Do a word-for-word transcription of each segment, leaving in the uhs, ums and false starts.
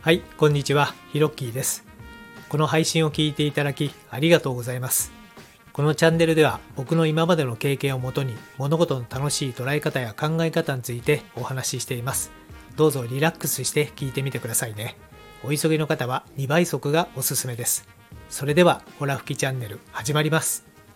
はい、こんにちは。ヒロッキーです。この配信を聞いていただきありがとうございます。このチャンネルでは僕の今までの経験をもとに物事の楽しい捉え方や考え方についてお話ししています。どうぞリラックスして聞いてみてくださいね。お急ぎの方はにばい速がおすすめです。それではホラ吹きチャンネル始まります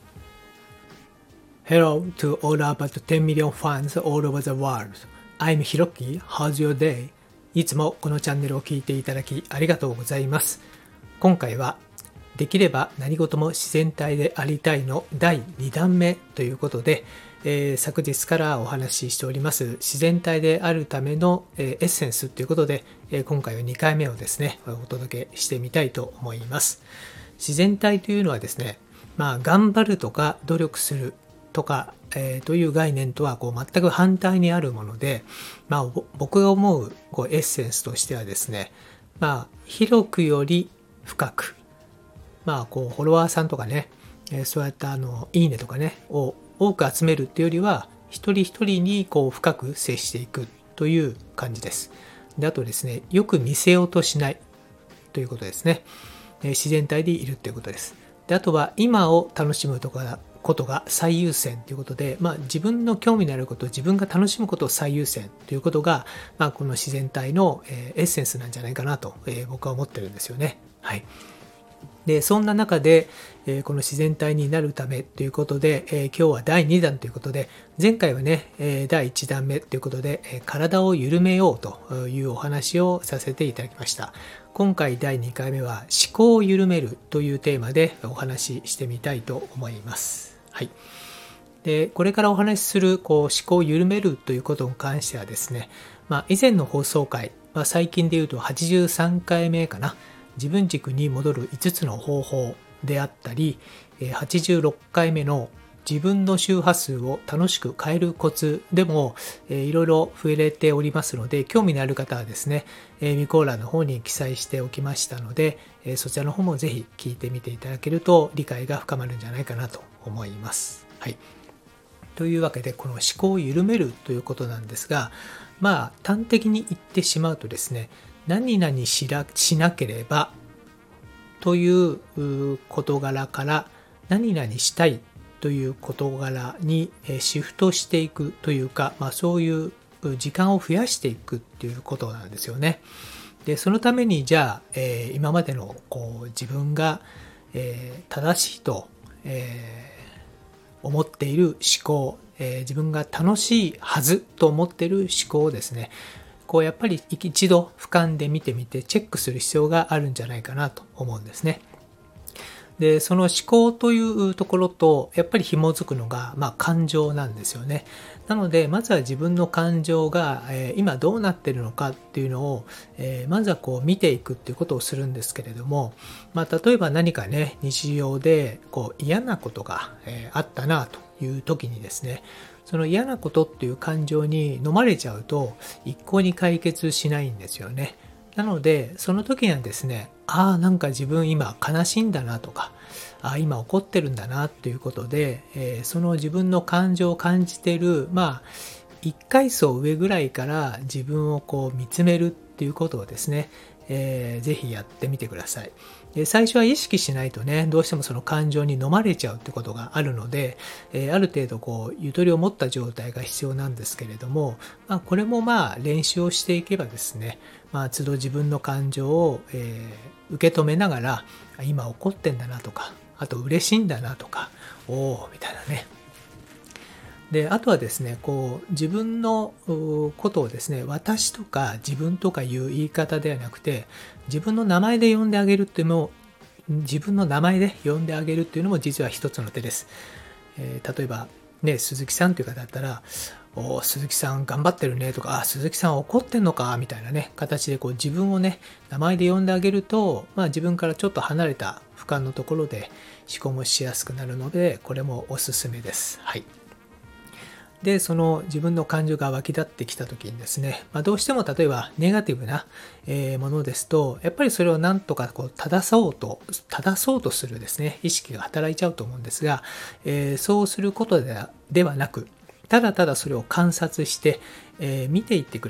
。Hello to all about ten million fans all over the world. I'm Hiroki. How's your day?いつもこのチャンネルを聞いていただきありがとうございます。今回はできれば何事も自然体でありたいのだいにだんめということで、えー、昨日からお話ししております自然体であるための、えー、エッセンスということで、えー、今回はにかいめをですねお届けしてみたいと思います。自然体というのはですね、まあ頑張るとか努力するとか、えー、という概念とはこう全く反対にあるもので、まあ、僕が思うこうエッセンスとしてはですね、まあ、広くより深く、まあ、こうフォロワーさんとかね、えー、そうやったあのいいねとかねを多く集めるっていうよりは一人一人にこう深く接していくという感じです。であとですね、よく見せようとしないということですね。えー、自然体でいるということです。であとは今を楽しむとかことが最優先ということで、まあ、自分の興味のあること、自分が楽しむことを最優先ということが、まあ、この自然体の、えー、エッセンスなんじゃないかなと、えー、僕は思ってるんですよね。はい。でそんな中で、えー、この自然体になるためということで、えー、今日はだいにだんということで、前回はね、えー、だいいちだんめということで、えー、体を緩めようというお話をさせていただきました。今回だいにかいめは思考を緩めるというテーマでお話ししてみたいと思います。はい。でこれからお話しするこう思考を緩めるということに関してはですね、まあ、以前の放送回、まあ、最近でいうとはちじゅうさんかいめかな、自分軸に戻るいつつの方法であったり、はちじゅうろっかいめの自分の周波数を楽しく変えるコツでも、えー、いろいろ触れておりますので、興味のある方はですね、えー、未考欄の方に記載しておきましたので、えー、そちらの方もぜひ聞いてみていただけると理解が深まるんじゃないかなと思います。はい。というわけで、この思考を緩めるということなんですが、まあ端的に言ってしまうとですね、何々しらしなければという事柄から何々したいという事柄にシフトしていくというか、まあ、そういう時間を増やしていくっていうことなんですよね。でそのためにじゃあ、えー、今までのこう自分が、えー、正しいと、えー、思っている思考、えー、自分が楽しいはずと思っている思考をですね、こうやっぱり一度俯瞰で見てみてチェックする必要があるんじゃないかなと思うんですね。でその思考というところとやっぱり紐づくのが、まあ、感情なんですよね。なのでまずは自分の感情が、えー、今どうなっているのかっていうのを、えー、まずはこう見ていくっていうことをするんですけれども、まあ、例えば何かね日常でこう嫌なことが、えー、あったなという時にですね、その嫌なことっていう感情に飲まれちゃうと一向に解決しないんですよね。なのでその時にはですね、ああなんか自分今悲しいんだなとか、ああ今怒ってるんだなということで、えー、その自分の感情を感じている、まあ一階層上ぐらいから自分をこう見つめるっていうことをですね、えー、ぜひやってみてください。で最初は意識しないとね、どうしてもその感情に飲まれちゃうってことがあるので、えー、ある程度こうゆとりを持った状態が必要なんですけれども、まあ、これもまあ練習をしていけばですね、まあ、都度自分の感情を、えー、受け止めながら、今怒ってんだなとか、あと嬉しいんだなとか、おおみたいなね。であとはですね、こう自分のことをですね、私とか自分とかいう言い方ではなくて、自分の名前で呼んであげるっていうのも、自分の名前で呼んであげるっていうのも実は一つの手です。えー、例えばね、鈴木さんという方だったら、お鈴木さん頑張ってるねとか、あ鈴木さん怒ってんのかみたいなね形でこう自分をね名前で呼んであげると、まあ、自分からちょっと離れた俯瞰のところで思考もしやすくなるので、これもおすすめです。はい。でその自分の感情が湧き立ってきた時にですね、まあ、どうしても例えばネガティブなものですと、やっぱりそれをなんとかこう正そうと正そうとするですね意識が働いちゃうと思うんですが、えー、そうすることではなく、ただただそれを観察して、えー、見ていってください。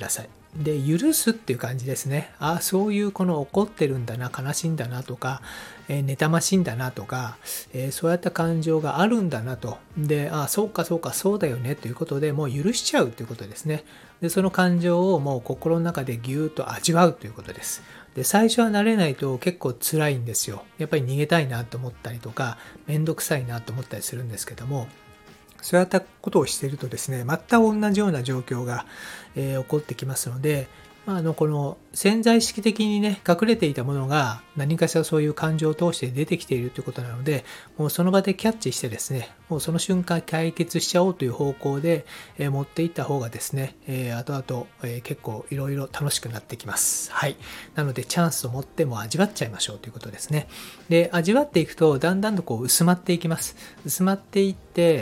で、許すっていう感じですね。ああ、そういうこの怒ってるんだな、悲しいんだなとか、えー、妬ましいんだなとか、えー、そういった感情があるんだなと。で、ああ、そうかそうかそうだよねということでもう許しちゃうということですね。で、その感情をもう心の中でぎゅーっと味わうということです。で、最初は慣れないと結構辛いんですよ。やっぱり逃げたいなと思ったりとか、めんどくさいなと思ったりするんですけども、そういったことをしているとですね、全く同じような状況が、えー起こってきますので、まあ、あのこの潜在意識的にね、隠れていたものが何かしらそういう感情を通して出てきているということなので、もうその場でキャッチしてですね、もうその瞬間解決しちゃおうという方向で、えー持っていった方がですね、えー後々、えー結構いろいろ楽しくなってきます。はい。なのでチャンスを持っても味わっちゃいましょうということですね。で、味わっていくとだんだんとこう薄まっていきます。薄まっていって、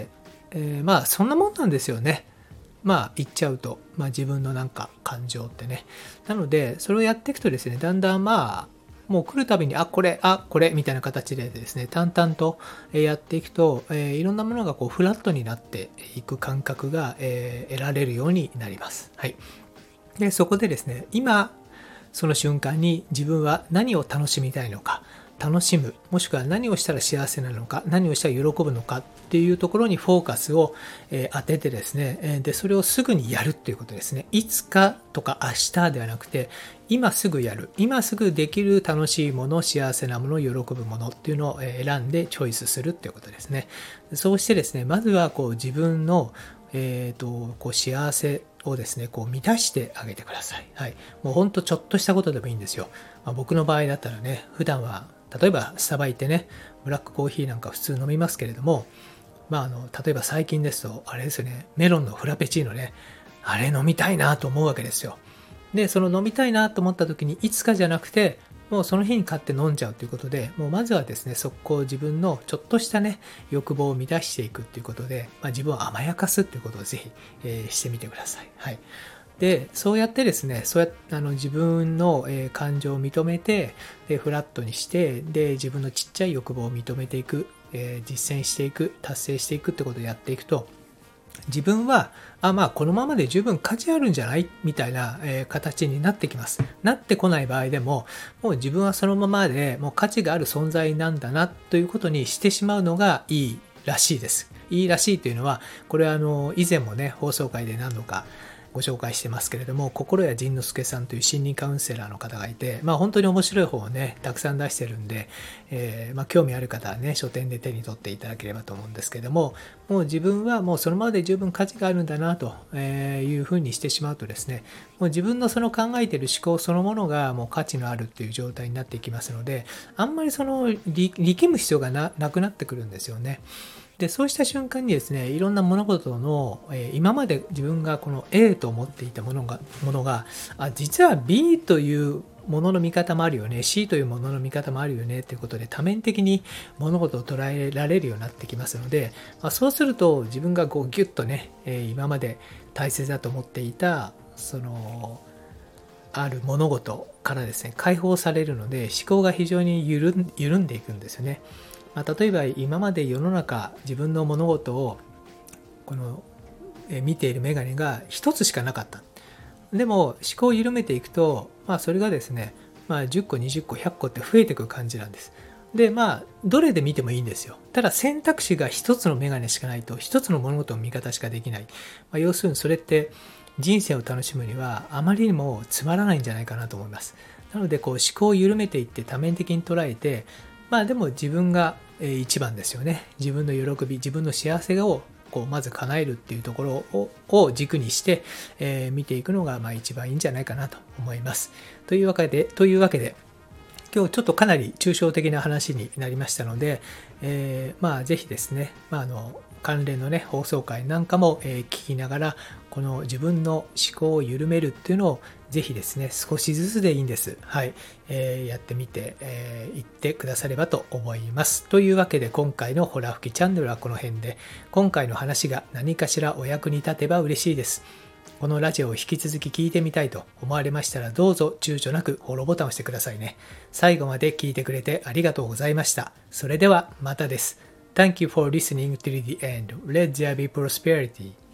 えーまあそんなもんなんですよね。まあ言っちゃうと、まあ自分のなんか感情ってね。なので、それをやっていくとですね、だんだんまあ、もう来るたびに、あ、これ、あ、これ、みたいな形でですね、淡々とやっていくと、えーいろんなものがこうフラットになっていく感覚が、えー得られるようになります。はい。で、そこでですね、今、その瞬間に自分は何を楽しみたいのか、楽しむ、もしくは何をしたら幸せなのか、何をしたら喜ぶのかっていうところにフォーカスを、えー当ててですね、えーで、それをすぐにやるっていうことですね。いつかとか明日ではなくて、今すぐやる、今すぐできる楽しいもの、幸せなもの、喜ぶものっていうのをえー選んでチョイスするっていうことですね。そうしてですね、まずはこう自分のえーと、こう幸せをですね、こう満たしてあげてください。はい。もうほんとちょっとしたことでもいいんですよ。まあ、僕の場合だったらね、普段は、例えばスタバ行ってね、ブラックコーヒーなんか普通飲みますけれども、まああの、例えば最近ですと、あれですよね、メロンのフラペチーノね、あれ飲みたいなと思うわけですよ。で、その飲みたいなと思った時に、いつかじゃなくて、もうその日に買って飲んじゃうということで、もうまずはですね、速攻自分のちょっとしたね、欲望を満たしていくっていうことで、まあ、自分を甘やかすっていうことをぜひ、えーしてみてください。はい。で、そうやってですね、そうやってあの自分の、えー感情を認めて、でフラットにして、で、自分のちっちゃい欲望を認めていく、えー実践していく、達成していくってことをやっていくと、自分は、あ、まあ、このままで十分価値あるんじゃないみたいな、えー形になってきます。なってこない場合でも、もう自分はそのままでもう価値がある存在なんだなということにしてしまうのがいいらしいです。いいらしいというのは、これはあの、以前もね、放送回で何度かご紹介してますけれども、心谷仁之助さんという心理カウンセラーの方がいて、まあ本当に面白い本をね、たくさん出してるんで、えーまあ興味ある方はね、書店で手に取っていただければと思うんですけども、もう自分はもうそのままで十分価値があるんだなというふうにしてしまうとですね、もう自分のその考えている思考そのものがもう価値のあるっていう状態になっていきますので、あんまりその力力む必要が な, なくなってくるんですよね。で、そうした瞬間にですね、いろんな物事の、えー今まで自分がこの A と思っていたものが、ものが、あ、実は B というものの見方もあるよね、C というものの見方もあるよねということで、多面的に物事を捉えられるようになってきますので、まあ、そうすると自分がこうギュッとね、えー今まで大切だと思っていた、その、ある物事からですね、解放されるので、思考が非常に緩ん緩んでいくんですよね。まあ、例えば今まで世の中自分の物事をこのえ見ている眼鏡が一つしかなかった。でも思考を緩めていくと、まあ、それがですね、まあ、じゅっこにじゅっこひゃっこって増えていく感じなんです。でまあどれで見てもいいんですよ。ただ選択肢が一つの眼鏡しかないと、一つの物事の見方しかできない。まあ、要するにそれって人生を楽しむにはあまりにもつまらないんじゃないかなと思います。なのでこう思考を緩めていって多面的に捉えて、まあでも自分がえー一番ですよね。自分の喜び、自分の幸せをこうまず叶えるっていうところをを軸にして、えー見ていくのがまあ一番いいんじゃないかなと思います。というわけで、というわけで今日ちょっとかなり抽象的な話になりましたので、えーまあぜひですね、まあ、あの関連のね放送回なんかも、えー聞きながら、この自分の思考を緩めるっていうのをぜひですね、少しずつでいいんです。はい。えーやってみてい、えー、ってくださればと思います。というわけで今回のホラ吹きチャンネルはこの辺で、今回の話が何かしらお役に立てば嬉しいです。このラジオを引き続き聞いてみたいと思われましたら、どうぞ躊躇なくフォローボタンを押してくださいね。最後まで聞いてくれてありがとうございました。それではまたです。Thank you for listening to the end. Let there be prosperity.